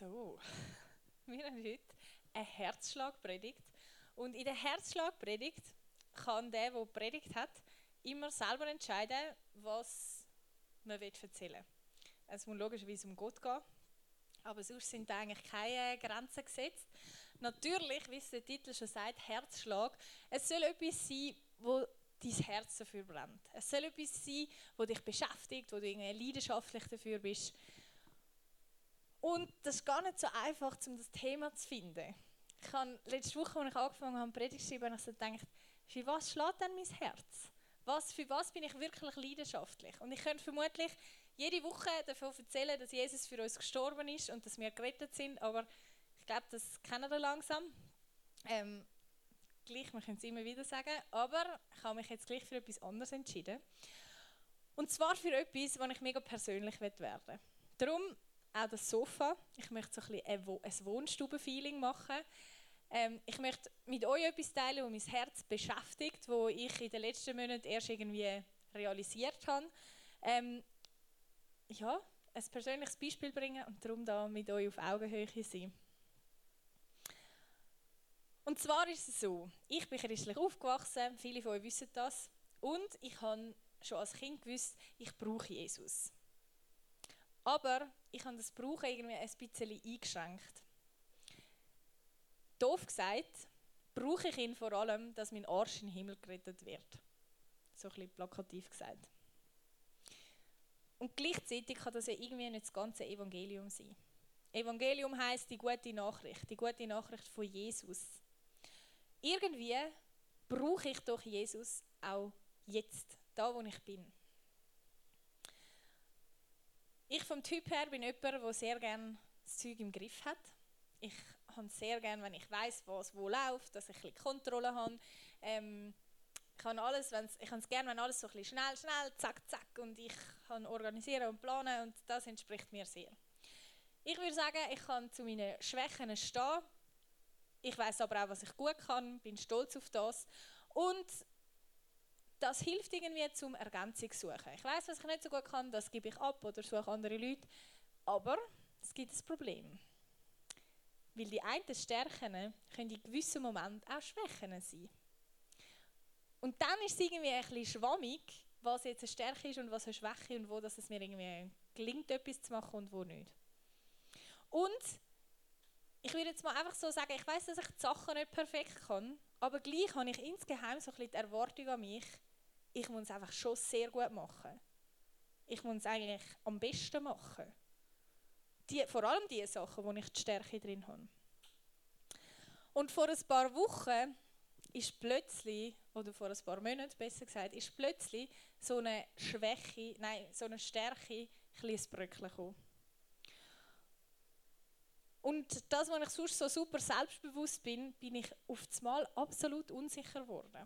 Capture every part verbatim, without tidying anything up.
So, wir haben heute eine Herzschlagpredigt. Und in der Herzschlagpredigt kann der, der predigt hat, immer selber entscheiden, was man erzählen will. Es muss logischerweise um Gott gehen, aber sonst sind da eigentlich keine Grenzen gesetzt. Natürlich, wie es der Titel schon sagt, Herzschlag. Es soll etwas sein, wo dein Herz dafür brennt. Es soll etwas sein, das dich beschäftigt, wo du irgendwie leidenschaftlich dafür bist. Und das ist gar nicht so einfach, um das Thema zu finden. Ich habe letzte Woche, als ich angefangen habe, Predigt zu schreiben, habe ich so gedacht, für was schlägt denn mein Herz? Was, für was bin ich wirklich leidenschaftlich? Und ich könnte vermutlich jede Woche davon erzählen, dass Jesus für uns gestorben ist und dass wir gerettet sind, aber ich glaube, das kennen wir langsam. Ähm, gleich, wir können es immer wieder sagen, aber ich habe mich jetzt gleich für etwas anderes entschieden. Und zwar für etwas, was ich mega persönlich werden will. Darum auch das Sofa. Ich möchte so ein bisschen ein Wohnstuben-Feeling machen. Ähm, ich möchte mit euch etwas teilen, das mein Herz beschäftigt, das ich in den letzten Monaten erst irgendwie realisiert habe. Ähm, ja, ein persönliches Beispiel bringen und darum da mit euch auf Augenhöhe sein. Und zwar ist es so, ich bin christlich aufgewachsen, viele von euch wissen das, und ich habe schon als Kind gewusst, ich brauche Jesus. Aber ich habe das Brauchen irgendwie ein bisschen eingeschränkt. Doof gesagt, brauche ich ihn vor allem, dass mein Arsch in den Himmel gerettet wird. So ein bisschen plakativ gesagt. Und gleichzeitig kann das ja irgendwie nicht das ganze Evangelium sein. Evangelium heisst die gute Nachricht, die gute Nachricht von Jesus. Irgendwie brauche ich doch Jesus auch jetzt, da wo ich bin. Ich vom Typ her bin jemand, der sehr gerne das Zeug im Griff hat. Ich habe es sehr gerne, wenn ich weiss, was wo läuft, dass ich ein bisschen Kontrolle habe. Ähm, ich habe alles, wenn's, ich habe es gerne, wenn alles so ein bisschen schnell, schnell, zack, zack und ich kann organisieren und planen und das entspricht mir sehr. Ich würde sagen, ich kann zu meinen Schwächen stehen. Ich weiss aber auch, was ich gut kann, bin stolz auf das und das hilft irgendwie zum Ergänzung suchen. Ich weiss, was ich nicht so gut kann, das gebe ich ab oder suche andere Leute. Aber es gibt ein Problem. Weil die einen Stärken können in gewissen Momenten auch Schwächen sein. Und dann ist es irgendwie ein bisschen schwammig, was jetzt eine Stärke ist und was eine Schwäche und wo dass es mir irgendwie gelingt, etwas zu machen und wo nicht. Und ich würde jetzt mal einfach so sagen, ich weiss, dass ich die Sachen nicht perfekt kann, aber gleich habe ich insgeheim so ein bisschen die Erwartung an mich, ich muss es einfach schon sehr gut machen. Ich muss es eigentlich am besten machen. Die, vor allem die Sachen, wo ich die Stärke drin habe. Und vor ein paar Wochen ist plötzlich, oder vor ein paar Monaten besser gesagt, ist plötzlich so eine Schwäche, nein, so eine Stärke, ein bisschen Bröckchen gekommen. Und das, wo ich sonst so super selbstbewusst bin, bin ich auf einmal absolut unsicher geworden.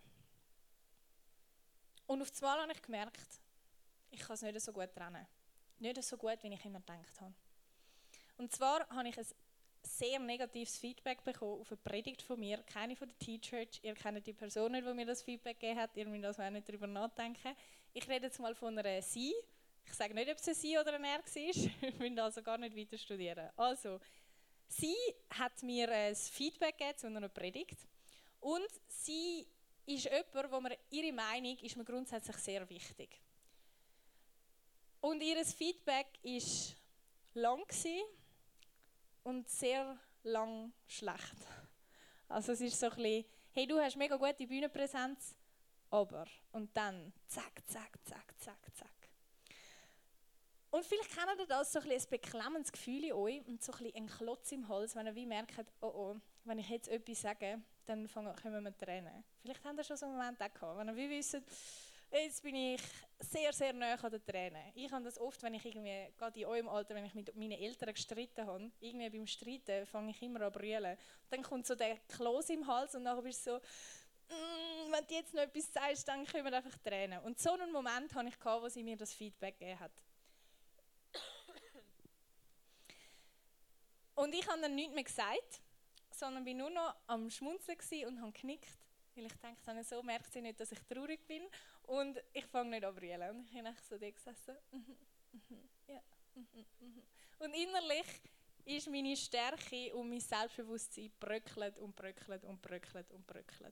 Und auf einmal habe ich gemerkt, ich kann es nicht so gut trennen. Nicht so gut, wie ich immer gedacht habe. Und zwar habe ich ein sehr negatives Feedback bekommen auf eine Predigt von mir. Keine von der T-Church. Ihr kennt die Person nicht, die mir das Feedback gegeben hat. Ihr müsst also auch nicht darüber nachdenken. Ich rede jetzt mal von einer Sie. Ich sage nicht, ob es eine Sie oder ein Er war. Ich will also gar nicht weiter studieren. Also, sie hat mir ein Feedback gegeben zu einer Predigt. Und sie ist jemand, wo mir, ihre Meinung ist mir grundsätzlich sehr wichtig. Und ihr Feedback war lang und sehr lang schlecht. Also es ist so ein bisschen, hey, du hast mega gute Bühnenpräsenz, aber, und dann zack, zack, zack, zack, zack. Und vielleicht kennt ihr das, so ein, ein beklemmendes Gefühl in euch und so ein, ein Klotz im Hals, wenn ihr wie merkt, oh oh, wenn ich jetzt etwas sage, dann kommen wir Tränen. Vielleicht habt ihr schon so einen Moment auch gehabt, wenn ihr wie wisst, jetzt bin ich sehr, sehr nahe an den Tränen. Ich habe das oft, wenn ich irgendwie, gerade in eurem Alter, wenn ich mit meinen Eltern gestritten habe, irgendwie beim Streiten fange ich immer an zu brüllen. Dann kommt so der Kloß im Hals und dann bist du so, mm, wenn du jetzt noch etwas sagst, dann kommen einfach Tränen. Und so einen Moment hatte ich, wo sie mir das Feedback gegeben hat. Und ich habe dann nichts mehr gesagt, sondern bin nur noch am Schmunzeln und habe genickt. Weil ich dachte, so merkt sie nicht, dass ich traurig bin. Und ich fange nicht an zu brüllen. Und ich habe so da gesessen. Mm-hmm, mm-hmm, yeah, mm-hmm, mm-hmm. Und innerlich ist meine Stärke und mein Selbstbewusstsein bröckelt und bröckelt und bröckelt und bröckelt.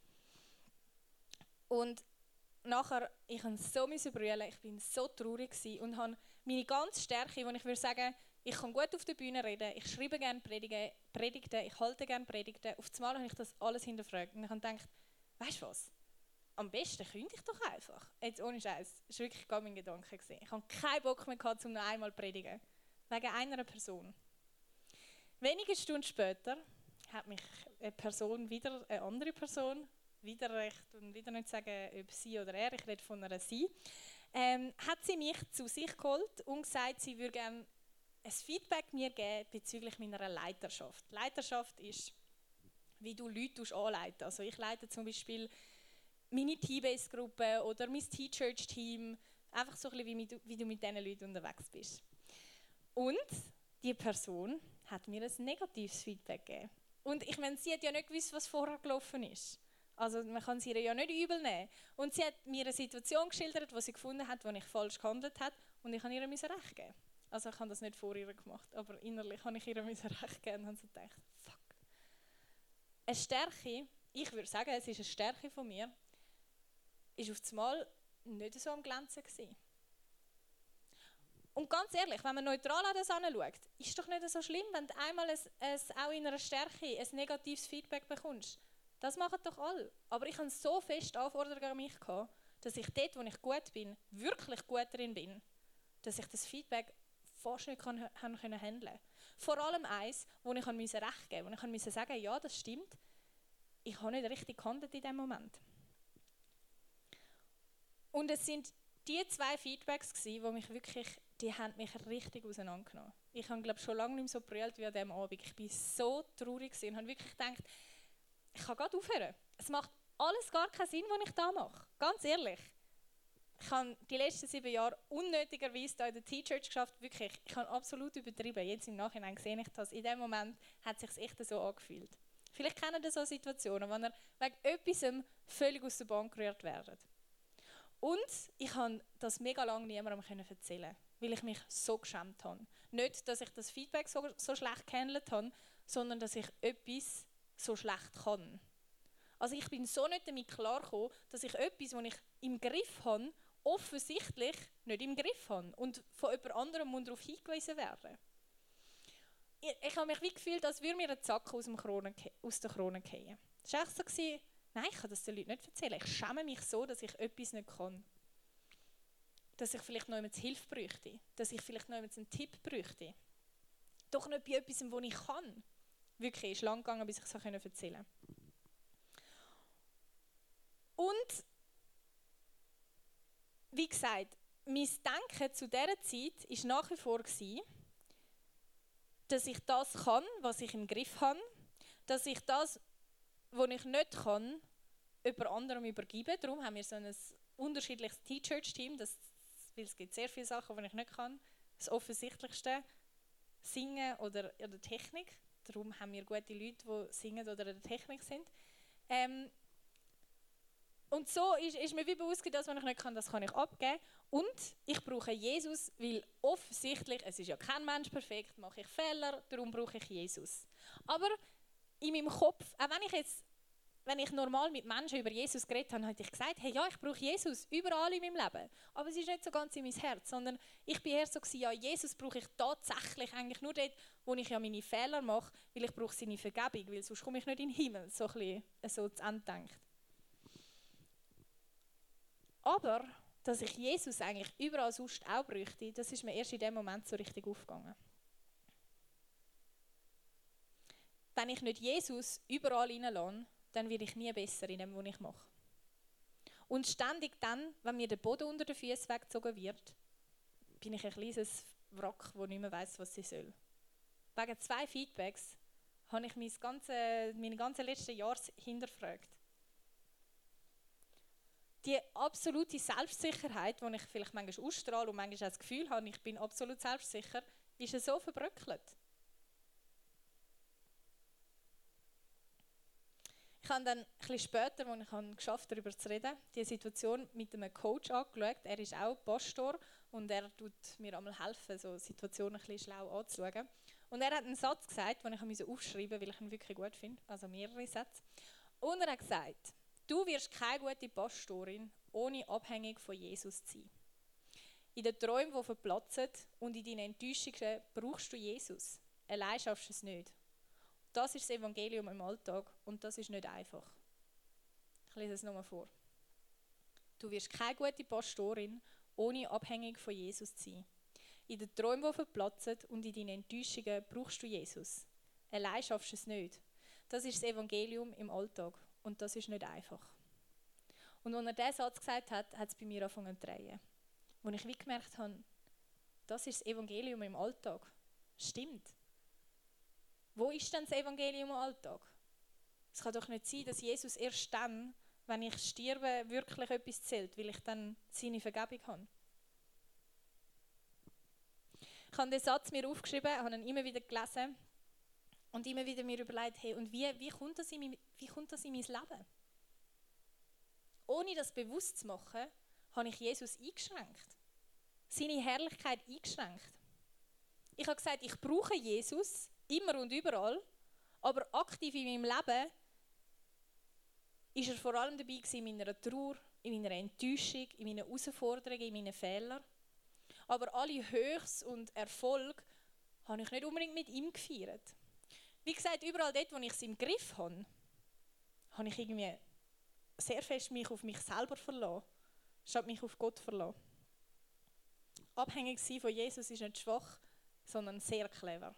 Und nachher, ich musste so brüllen, ich war so traurig und habe meine ganze Stärke, wo ich würde sagen, ich kann gut auf der Bühne reden, ich schreibe gerne Predigten, Predigten ich halte gerne Predigten. Auf einmal habe ich das alles hinterfragt und ich habe gedacht, weißt du was, am besten könnte ich doch einfach. Jetzt ohne Scheiß, das war wirklich gar mein Gedanke. Ich hatte keinen Bock mehr gehabt, um noch einmal zu predigen. Wegen einer Person. Wenige Stunden später hat mich eine Person, wieder eine andere Person, wieder recht und wieder nicht sagen, ob sie oder er, ich rede von einer sie, ähm, hat sie mich zu sich geholt und gesagt, sie würde gerne ein Feedback mir geben bezüglich meiner Leiterschaft. Leiterschaft ist, wie du Leute anleiten. Also ich leite zum Beispiel meine T-Base-Gruppe oder mein T-Church-Team, einfach so ein bisschen, wie du, wie du mit diesen Leuten unterwegs bist. Und die Person hat mir ein negatives Feedback gegeben. Und ich meine, sie hat ja nicht gewusst, was vorher gelaufen ist. Also man kann sie ihr ja nicht übel nehmen. Und sie hat mir eine Situation geschildert, die sie gefunden hat, wo ich falsch gehandelt habe, und ich habe ihr recht geben. Also ich habe das nicht vor ihr gemacht, aber innerlich habe ich ihr recht geben und habe so gedacht, fuck. Eine Stärke, ich würde sagen, es ist eine Stärke von mir, ist auf einmal nicht so am Glänzen gewesen. Und ganz ehrlich, wenn man neutral an das anschaut, ist es doch nicht so schlimm, wenn du einmal ein, ein, auch in einer Stärke ein negatives Feedback bekommst. Das machen doch alle. Aber ich hatte so fest Anforderungen an mich gehabt, dass ich dort, wo ich gut bin, wirklich gut drin bin, dass ich das Feedback fast nicht kann, handeln konnte. Vor allem eins, wo ich recht geben musste, wo ich sagen musste, ja, das stimmt, ich habe nicht richtig gehandelt in diesem Moment. Und es sind die zwei Feedbacks gewesen, die mich wirklich, die haben mich richtig auseinandergenommen. Ich habe, glaube ich, schon lange nicht mehr so gebrüllt wie an diesem Abend. Ich war so traurig und habe wirklich gedacht, ich kann gerade aufhören. Es macht alles gar keinen Sinn, was ich da mache. Ganz ehrlich. Ich habe die letzten sieben Jahre unnötigerweise hier in der T-Church geschafft. Wirklich, ich habe absolut übertrieben. Jetzt im Nachhinein sehe ich das. In dem Moment hat es sich echt so angefühlt. Vielleicht kennen ihr so Situationen, wo ihr wegen etwas völlig aus der Bahn gerührt werdet. Und ich konnte das mega lange niemandem erzählen, weil ich mich so geschämt habe. Nicht, dass ich das Feedback so, so schlecht gehandelt habe, sondern dass ich etwas so schlecht kann. Also ich bin so nicht damit klargekommen, dass ich etwas, das ich im Griff habe, offensichtlich nicht im Griff habe und von jemand anderem muss darauf hingewiesen werden. Ich, ich habe mich wie gefühlt, als würde mir ein Zacken aus, dem Krone, aus der Krone fallen. Es war echt so, gewesen, nein, ich kann das den Leuten nicht erzählen. Ich schäme mich so, dass ich etwas nicht kann. Dass ich vielleicht noch jemand Hilfe bräuchte. Dass ich vielleicht noch jemand einen Tipp bräuchte. Doch nicht bei etwas, was ich kann. Wirklich, es ist lang gegangen, bis ich es erzählen konnte. Und, wie gesagt, mein Denken zu dieser Zeit war nach wie vor, dass ich das kann, was ich im Griff habe, dass ich das, was ich nicht kann, über anderem übergebe. Darum haben wir so ein unterschiedliches T-Church-Team, weil es gibt sehr viele Sachen, die ich nicht kann. Das Offensichtlichste, Singen oder, oder Technik. Darum haben wir gute Leute, die singen oder in der Technik sind. Ähm, und so ist, ist mir wie bewusst, dass was ich nicht kann, das kann ich abgeben. Und ich brauche Jesus, weil offensichtlich, es ist ja kein Mensch perfekt, mache ich Fehler, darum brauche ich Jesus. Aber in meinem Kopf, auch wenn ich jetzt, wenn ich normal mit Menschen über Jesus geredet habe, habe ich gesagt, hey, ja, ich brauche Jesus überall in meinem Leben. Aber es ist nicht so ganz in mein Herz, sondern ich bin eher so gewesen, ja, Jesus brauche ich tatsächlich eigentlich nur dort, wo ich ja meine Fehler mache, weil ich brauche seine Vergebung, weil sonst komme ich nicht in den Himmel, so ein bisschen so zu Ende denkt. Aber, dass ich Jesus eigentlich überall sonst auch bräuchte, das ist mir erst in dem Moment so richtig aufgegangen. Wenn ich nicht Jesus überall reinlasse, dann werde ich nie besser in dem, was ich mache. Und ständig dann, wenn mir der Boden unter den Füßen weggezogen wird, bin ich ein kleines Wrack, das nicht mehr weiss, was sie soll. Wegen zwei Feedbacks habe ich mein ganze, meine ganzen letzten Jahre hinterfragt. Die absolute Selbstsicherheit, die ich vielleicht manchmal ausstrahle und manchmal auch das Gefühl habe, ich bin absolut selbstsicher, ist so verbröckelt. Ich habe dann ein bisschen später, als ich geschafft habe, darüber zu reden, die Situation mit einem Coach angeschaut. Er ist auch Pastor und er tut mir einmal helfen, so Situationen ein bisschen schlau anzuschauen. Und er hat einen Satz gesagt, den ich aufschreiben musste, weil ich ihn wirklich gut finde, also mehrere Sätze. Und er hat gesagt, du wirst keine gute Pastorin, ohne abhängig von Jesus zu sein. In den Träumen, die verplatzen und in deinen Enttäuschungen brauchst du Jesus. Allein schaffst du es nicht. Das ist das Evangelium im Alltag und das ist nicht einfach. Ich lese es nochmal vor. Du wirst keine gute Pastorin, ohne abhängig von Jesus zu sein. In den Träumen, die verplatzen und in deinen Enttäuschungen brauchst du Jesus. Allein schaffst du es nicht. Das ist das Evangelium im Alltag und das ist nicht einfach. Und als er diesen Satz gesagt hat, hat es bei mir angefangen zu drehen. Als ich wie gemerkt habe, das ist das Evangelium im Alltag. Stimmt. Wo ist denn das Evangelium im Alltag? Es kann doch nicht sein, dass Jesus erst dann, wenn ich sterbe, wirklich etwas zählt, weil ich dann seine Vergebung habe. Ich habe den Satz mir aufgeschrieben, habe ihn immer wieder gelesen und immer wieder mir überlegt, hey, und wie, wie, kommt das in mein, wie kommt das in mein Leben? Ohne das bewusst zu machen, habe ich Jesus eingeschränkt. Seine Herrlichkeit eingeschränkt. Ich habe gesagt, ich brauche Jesus immer und überall, aber aktiv in meinem Leben ist er vor allem dabei gewesen in meiner Trauer, in meiner Enttäuschung, in meinen Herausforderungen, in meinen Fehlern. Aber alle Höchst und Erfolg habe ich nicht unbedingt mit ihm gefeiert. Wie gesagt, überall dort, wo ich es im Griff habe, habe ich irgendwie sehr fest mich auf mich selber verlassen, statt mich auf Gott verlassen. Abhängig sein von Jesus ist nicht schwach, sondern sehr clever.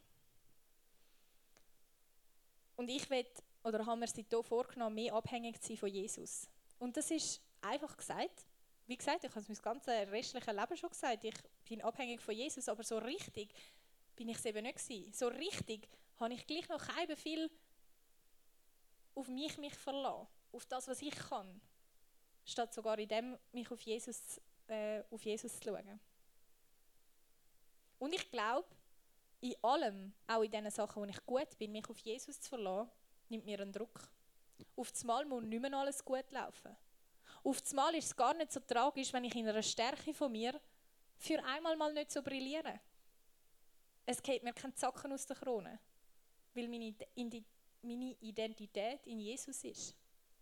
Und ich will, oder haben wir es hier vorgenommen, mehr abhängig zu sein von Jesus. Und das ist einfach gesagt. Wie gesagt, ich habe es mein ganzes restliches Leben schon gesagt, ich bin abhängig von Jesus, aber so richtig bin ich es eben nicht gewesen. So richtig habe ich gleich noch kein viel auf mich, mich verlassen, auf das, was ich kann, statt sogar in dem mich auf Jesus, äh, auf Jesus zu schauen. Und ich glaube, in allem, auch in den Sachen, wo ich gut bin, mich auf Jesus zu verlassen, nimmt mir einen Druck. Auf das Mal muss nicht mehr alles gut laufen. Auf das Mal ist es gar nicht so tragisch, wenn ich in einer Stärke von mir für einmal mal nicht so brilliere. Es geht mir kein Zacken aus der Krone, weil meine, meine Identität in Jesus ist.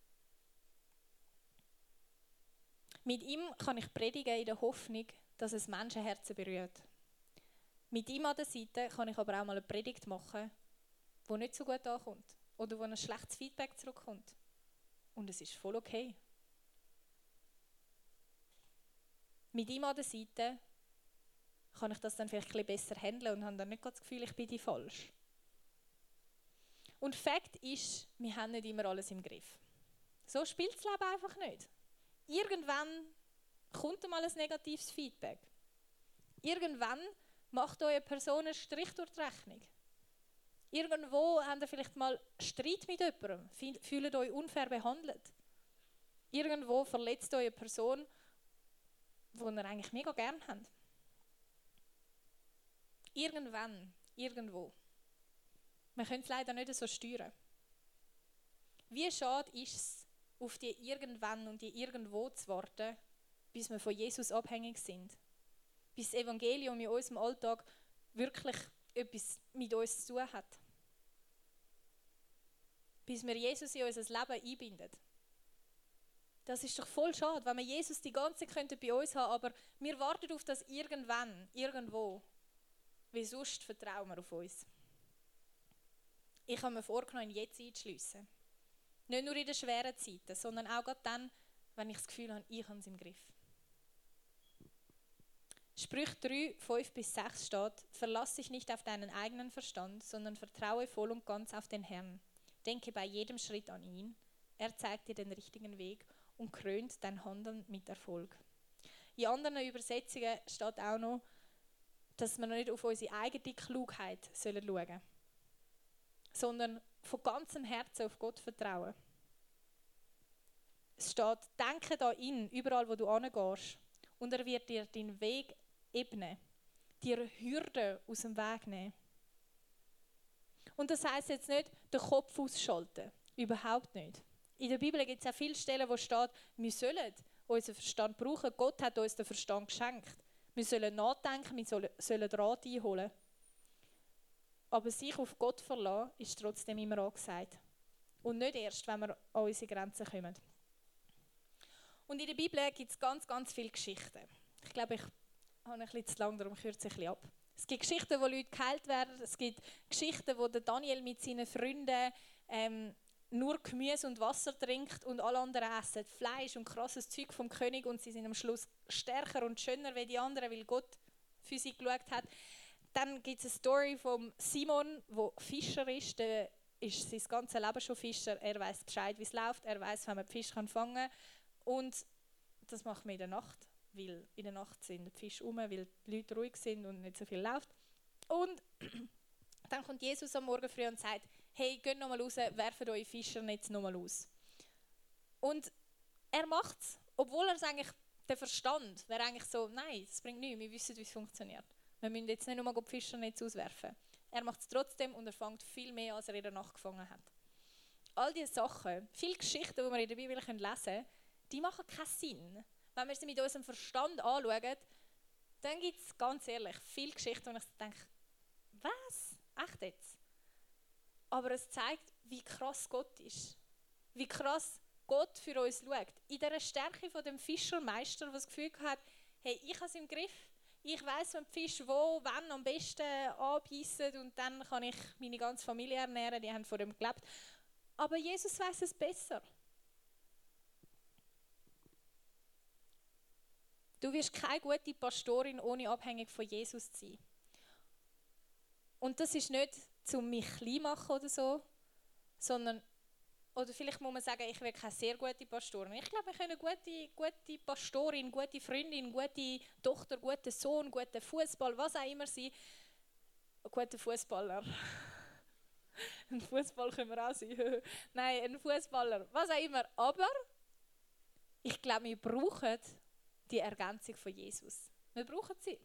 Mit ihm kann ich predigen in der Hoffnung, dass es Menschenherzen berührt. Mit ihm an der Seite kann ich aber auch mal eine Predigt machen, die nicht so gut ankommt oder wo ein schlechtes Feedback zurückkommt. Und es ist voll okay. Mit ihm an der Seite kann ich das dann vielleicht ein bisschen besser handeln und habe dann nicht das Gefühl, ich bin die falsch. Und Fakt ist, wir haben nicht immer alles im Griff. So spielt das Leben einfach nicht. Irgendwann kommt mal ein negatives Feedback. Irgendwann macht eure Person einen Strich durch die Rechnung. Irgendwo habt ihr vielleicht mal Streit mit jemandem, fühlt euch unfair behandelt. Irgendwo verletzt eure Person, die ihr eigentlich mega gerne habt. Irgendwann, irgendwo. Man kann es leider nicht so steuern. Wie schade ist es, auf die irgendwann und die irgendwo zu warten, bis wir von Jesus abhängig sind. Bis das Evangelium in unserem Alltag wirklich etwas mit uns zu tun hat. Bis wir Jesus in unser Leben einbinden. Das ist doch voll schade, wenn wir Jesus die ganze Zeit bei uns haben, aber wir warten auf das irgendwann, irgendwo. Weil sonst vertrauen wir auf uns. Ich habe mir vorgenommen, jetzt einzuschliessen. Nicht nur in den schweren Zeiten, sondern auch gerade dann, wenn ich das Gefühl habe, ich habe es im Griff. Sprüche drei, fünf bis sechs steht, verlass dich nicht auf deinen eigenen Verstand, sondern vertraue voll und ganz auf den Herrn. Denke bei jedem Schritt an ihn. Er zeigt dir den richtigen Weg und krönt dein Handeln mit Erfolg. In anderen Übersetzungen steht auch noch, dass wir nicht auf unsere eigene Klugheit schauen sollen, sondern von ganzem Herzen auf Gott vertrauen. Es steht, denke an ihn, überall wo du hingehst, und er wird dir deinen Weg ebnen, dir Hürden aus dem Weg nehmen. Und das heisst jetzt nicht, den Kopf ausschalten, überhaupt nicht. In der Bibel gibt es auch viele Stellen, wo steht, wir sollen unseren Verstand brauchen. Gott hat uns den Verstand geschenkt. Wir sollen nachdenken, wir sollen Rat einholen. Aber sich auf Gott verlassen, ist trotzdem immer angesagt. Und nicht erst, wenn wir an unsere Grenzen kommen. Und in der Bibel gibt es ganz, ganz viele Geschichten. Ich glaube, ich habe ein bisschen zu lang, darum kürze ich ein bisschen ab. Es gibt Geschichten, wo Leute geheilt werden. Es gibt Geschichten, wo der Daniel mit seinen Freunden ähm, nur Gemüse und Wasser trinkt und alle anderen essen Fleisch und krasses Zeug vom König und sie sind am Schluss stärker und schöner wie die anderen, weil Gott für sie geschaut hat. Dann gibt es eine Story von Simon, der Fischer ist. Der ist sein ganzes Leben schon Fischer. Er weiß Bescheid, wie es läuft. Er weiß, wenn man die Fische fangen kann. Und das macht man in der Nacht, weil in der Nacht sind die Fische rum, weil die Leute ruhig sind und nicht so viel läuft. Und dann kommt Jesus am Morgen früh und sagt, hey, geht nochmal raus, werft eure Fischernetz nochmal aus. Und er macht es, obwohl er es eigentlich, der Verstand wäre eigentlich so, nein, das bringt nichts, wir wissen, wie es funktioniert. Wir müssen jetzt nicht nochmal die Fischernetz auswerfen. Er macht es trotzdem und er fängt viel mehr, als er in der Nacht gefangen hat. All diese Sachen, viele Geschichten, die wir in der Bibel lesen können, die machen keinen Sinn. Wenn wir sie mit unserem Verstand anschauen, dann gibt es ganz ehrlich viele Geschichten, wo ich denke, was? Echt jetzt? Aber es zeigt, wie krass Gott ist. Wie krass Gott für uns schaut. In dieser Stärke von dem Fischermeister, der das Gefühl hat, hey, ich habe es im Griff. Ich weiss, wenn die Fische wo, wann am besten anbeissen und dann kann ich meine ganze Familie ernähren, die haben von dem gelebt. Aber Jesus weiss es besser. Du wirst keine gute Pastorin, ohne abhängig von Jesus zu sein. Und das ist nicht, um mich klein machen oder so, sondern, oder vielleicht muss man sagen, ich will keine sehr gute Pastorin. Ich glaube, ich kann eine gute, gute Pastorin, gute Freundin, gute Tochter, guter Sohn, guter Fußball, was auch immer sein. Ein guter Fußballer. Ein Fußball können wir auch sein. Nein, ein Fußballer, was auch immer. Aber ich glaube, wir brauchen die Ergänzung von Jesus. Wir brauchen sie.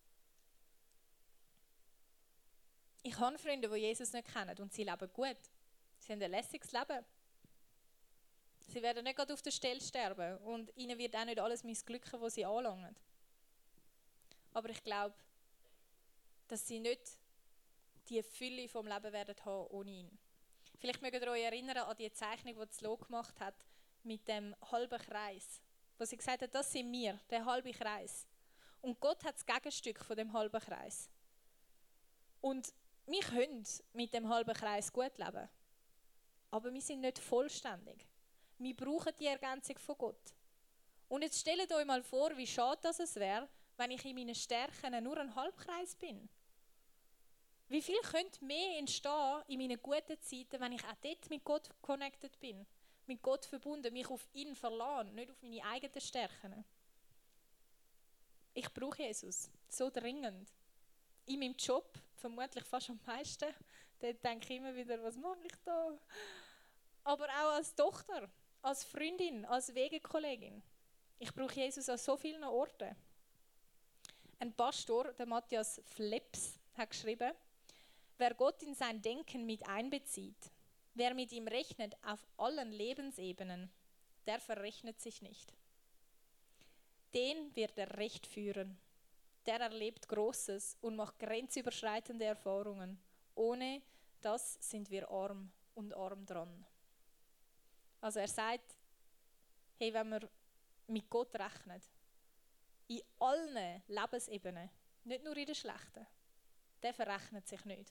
Ich habe Freunde, die Jesus nicht kennen und sie leben gut. Sie haben ein lässiges Leben. Sie werden nicht gerade auf der Stelle sterben und ihnen wird auch nicht alles missglücken, was sie anlangen. Aber ich glaube, dass sie nicht die Fülle vom Leben werden haben ohne ihn. Vielleicht mögt ihr euch erinnern an die Zeichnung, die Zlo gemacht hat mit dem halben Kreis. Wo sie gesagt hat, das sind wir, der halbe Kreis. Und Gott hat das Gegenstück von dem halben Kreis. Und wir können mit dem halben Kreis gut leben. Aber wir sind nicht vollständig. Wir brauchen die Ergänzung von Gott. Und jetzt stellt euch mal vor, wie schade das es wäre, wenn ich in meinen Stärken nur ein Halbkreis bin. Wie viel könnte mehr entstehen in meinen guten Zeiten, wenn ich auch dort mit Gott connected bin, mit Gott verbunden, mich auf ihn verlassen, nicht auf meine eigenen Stärken. Ich brauche Jesus, so dringend. In meinem Job, vermutlich fast am meisten, dort denke ich immer wieder, was mache ich da? Aber auch als Tochter, als Freundin, als Wegekollegin. Ich brauche Jesus an so vielen Orten. Ein Pastor, der Matthias Fleps, hat geschrieben, wer Gott in sein Denken mit einbezieht, wer mit ihm rechnet auf allen Lebensebenen, der verrechnet sich nicht. Den wird er recht führen. Der erlebt Großes und macht grenzüberschreitende Erfahrungen. Ohne das sind wir arm und arm dran. Also er sagt, hey, wenn wir mit Gott rechnen, in allen Lebensebenen, nicht nur in den schlechten, der verrechnet sich nicht.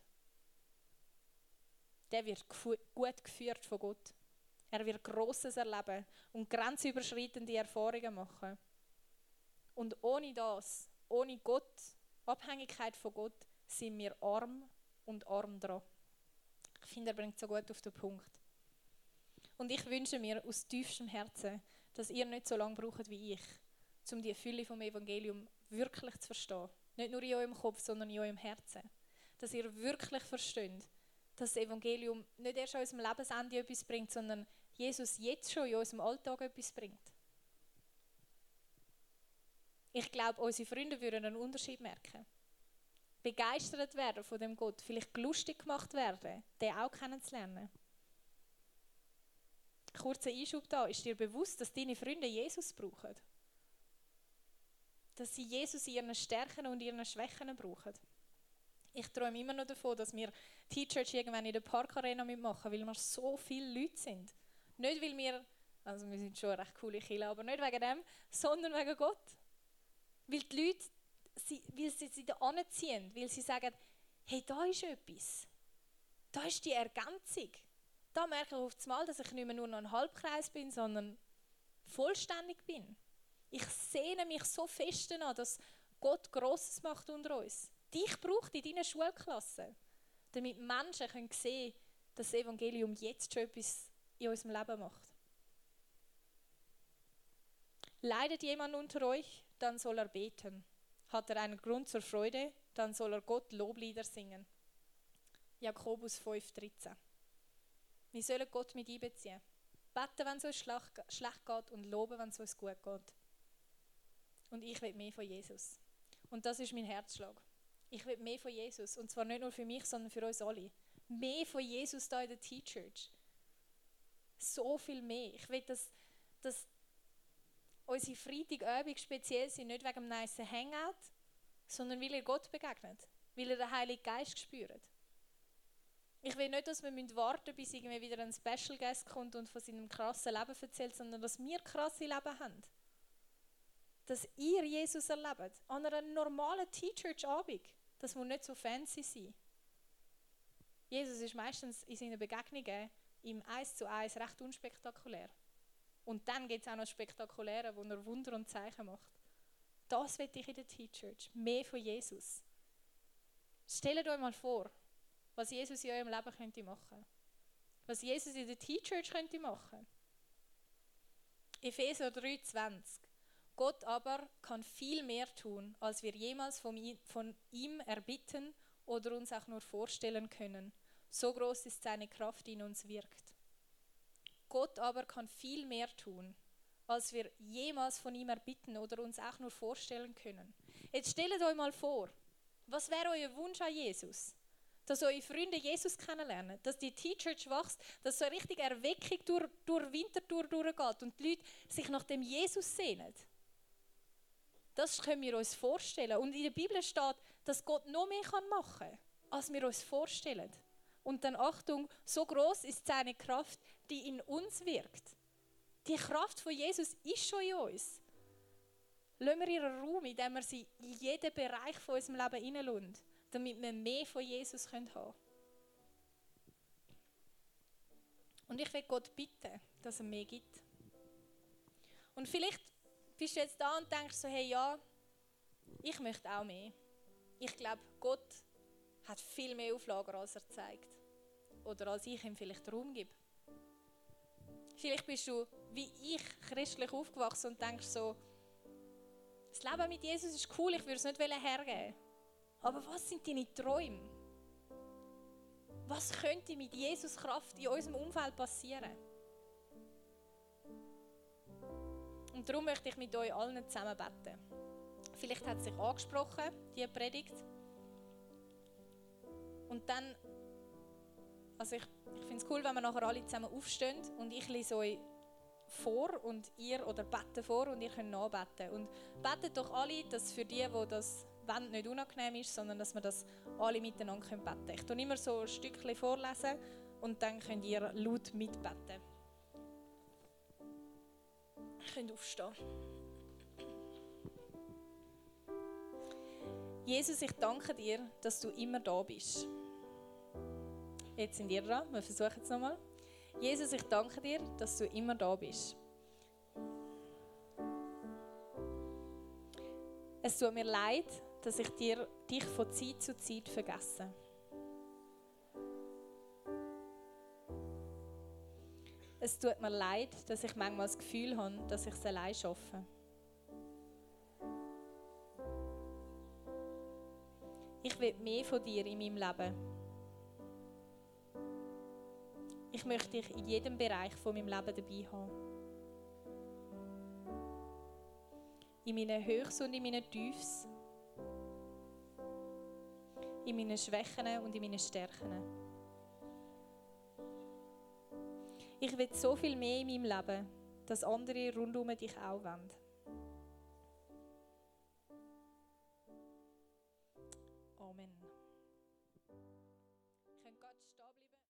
Der wird gefu- gut geführt von Gott. Er wird Grosses erleben und grenzüberschreitende Erfahrungen machen. Und ohne das, ohne Gott, Abhängigkeit von Gott, sind wir arm und arm dran. Ich finde, er bringt es so gut auf den Punkt. Und ich wünsche mir aus tiefstem Herzen, dass ihr nicht so lange braucht wie ich, um die Fülle vom Evangelium wirklich zu verstehen. Nicht nur in eurem Kopf, sondern in eurem Herzen. Dass ihr wirklich versteht, dass das Evangelium nicht erst an unserem Lebensende etwas bringt, sondern Jesus jetzt schon in unserem Alltag etwas bringt. Ich glaube, unsere Freunde würden einen Unterschied merken. Begeistert werden von dem Gott, vielleicht lustig gemacht werden, den auch kennenzulernen. Kurzer Einschub da, ist dir bewusst, dass deine Freunde Jesus brauchen? Dass sie Jesus in ihren Stärken und ihren Schwächen brauchen? Ich träume immer noch davon, dass wir T-Church irgendwann in der Parkarena mitmachen, weil wir so viele Leute sind. Nicht, weil wir, also wir sind schon eine recht coole Kirche, aber nicht wegen dem, sondern wegen Gott. Weil die Leute, sie, weil sie sie da anziehen, weil sie sagen, hey, da ist etwas. Da ist die Ergänzung. Da merke ich auf einmal, dass ich nicht mehr nur noch ein Halbkreis bin, sondern vollständig bin. Ich sehne mich so fest danach, dass Gott Grosses macht unter uns. Dich braucht in deinen Schulklassen, damit Menschen können sehen können, dass das Evangelium jetzt schon etwas in unserem Leben macht. Leidet jemand unter euch, dann soll er beten. Hat er einen Grund zur Freude, dann soll er Gott Loblieder singen. Jakobus fünf dreizehn. Wir sollen Gott mit einbeziehen. Beten, wenn es uns schlecht geht und loben, wenn es uns gut geht. Und ich will mehr von Jesus. Und das ist mein Herzschlag. Ich will mehr von Jesus. Und zwar nicht nur für mich, sondern für uns alle. Mehr von Jesus da in der T-Church. So viel mehr. Ich will, dass, dass unsere Freitagabend speziell sind, nicht wegen einem nice Hangout, sondern weil ihr Gott begegnet. Weil ihr den Heiligen Geist spürt. Ich will nicht, dass wir warten müssen, bis irgendwie wieder ein Special Guest kommt und von seinem krassen Leben erzählt, sondern dass wir krasse Leben haben. Dass ihr Jesus erlebt. An einer normalen T-Church-Abend. Das muss nicht so fancy sein. Jesus ist meistens in seinen Begegnungen im Eins zu Eins recht unspektakulär. Und dann gibt es auch noch Spektakuläre, wo er Wunder und Zeichen macht. Das will ich in der T-Church. Mehr von Jesus. Stellt euch mal vor, was Jesus in eurem Leben könnte machen. Was Jesus in der T-Church könnte machen. Epheser drei zwanzig. Gott aber kann viel mehr tun, als wir jemals von ihm erbitten oder uns auch nur vorstellen können. So groß ist seine Kraft, die in uns wirkt. Gott aber kann viel mehr tun, als wir jemals von ihm erbitten oder uns auch nur vorstellen können. Jetzt stellt euch mal vor, was wäre euer Wunsch an Jesus? Dass eure Freunde Jesus kennenlernen, dass die T-Church wächst, dass so eine richtige Erweckung durch, durch Winterthur durchgeht und die Leute sich nach dem Jesus sehnen. Das können wir uns vorstellen. Und in der Bibel steht, dass Gott noch mehr machen kann, als wir uns vorstellen. Und dann, Achtung, so groß ist seine Kraft, die in uns wirkt. Die Kraft von Jesus ist schon in uns. Lassen wir ihren Raum, indem wir sie in jeden Bereich von unserem Leben hineinlassen, damit wir mehr von Jesus haben können. Und ich will Gott bitten, dass er mehr gibt. Und vielleicht bist du jetzt da und denkst so, hey, ja, ich möchte auch mehr. Ich glaube, Gott hat viel mehr Auflagen, als er zeigt. Oder als ich ihm vielleicht Raum gebe. Vielleicht bist du, wie ich, christlich aufgewachsen und denkst so, das Leben mit Jesus ist cool, ich würde es nicht hergeben. Aber was sind deine Träume? Was könnte mit Jesus Kraft in unserem Umfeld passieren? Und darum möchte ich mit euch allen zusammen beten. Vielleicht hat es sich angesprochen, diese Predigt. Und dann, also ich, ich finde es cool, wenn wir nachher alle zusammen aufstehen und ich lese euch vor und ihr, oder bete vor und ihr könnt nachbeten. Und betet doch alle, dass für die, die das wollen, nicht unangenehm ist, sondern dass wir das alle miteinander beten können. Ich tue immer so ein Stückchen vorlesen und dann könnt ihr laut mitbeten. Ihr könnt aufstehen. Jesus, ich danke dir, dass du immer da bist. Jetzt sind ihr dran, wir versuchen es nochmal. Jesus, ich danke dir, dass du immer da bist. Es tut mir leid, dass ich dir, dich von Zeit zu Zeit vergesse. Es tut mir leid, dass ich manchmal das Gefühl habe, dass ich es allein schaffe. Ich will mehr von dir in meinem Leben. Ich möchte dich in jedem Bereich von meinem Leben dabei haben. In meinen Höchst und in meinen Tiefs. In meinen Schwächen und in meinen Stärken. Ich will so viel mehr in meinem Leben, dass andere rund um dich auch wollen. Amen. gerade stehen bleiben.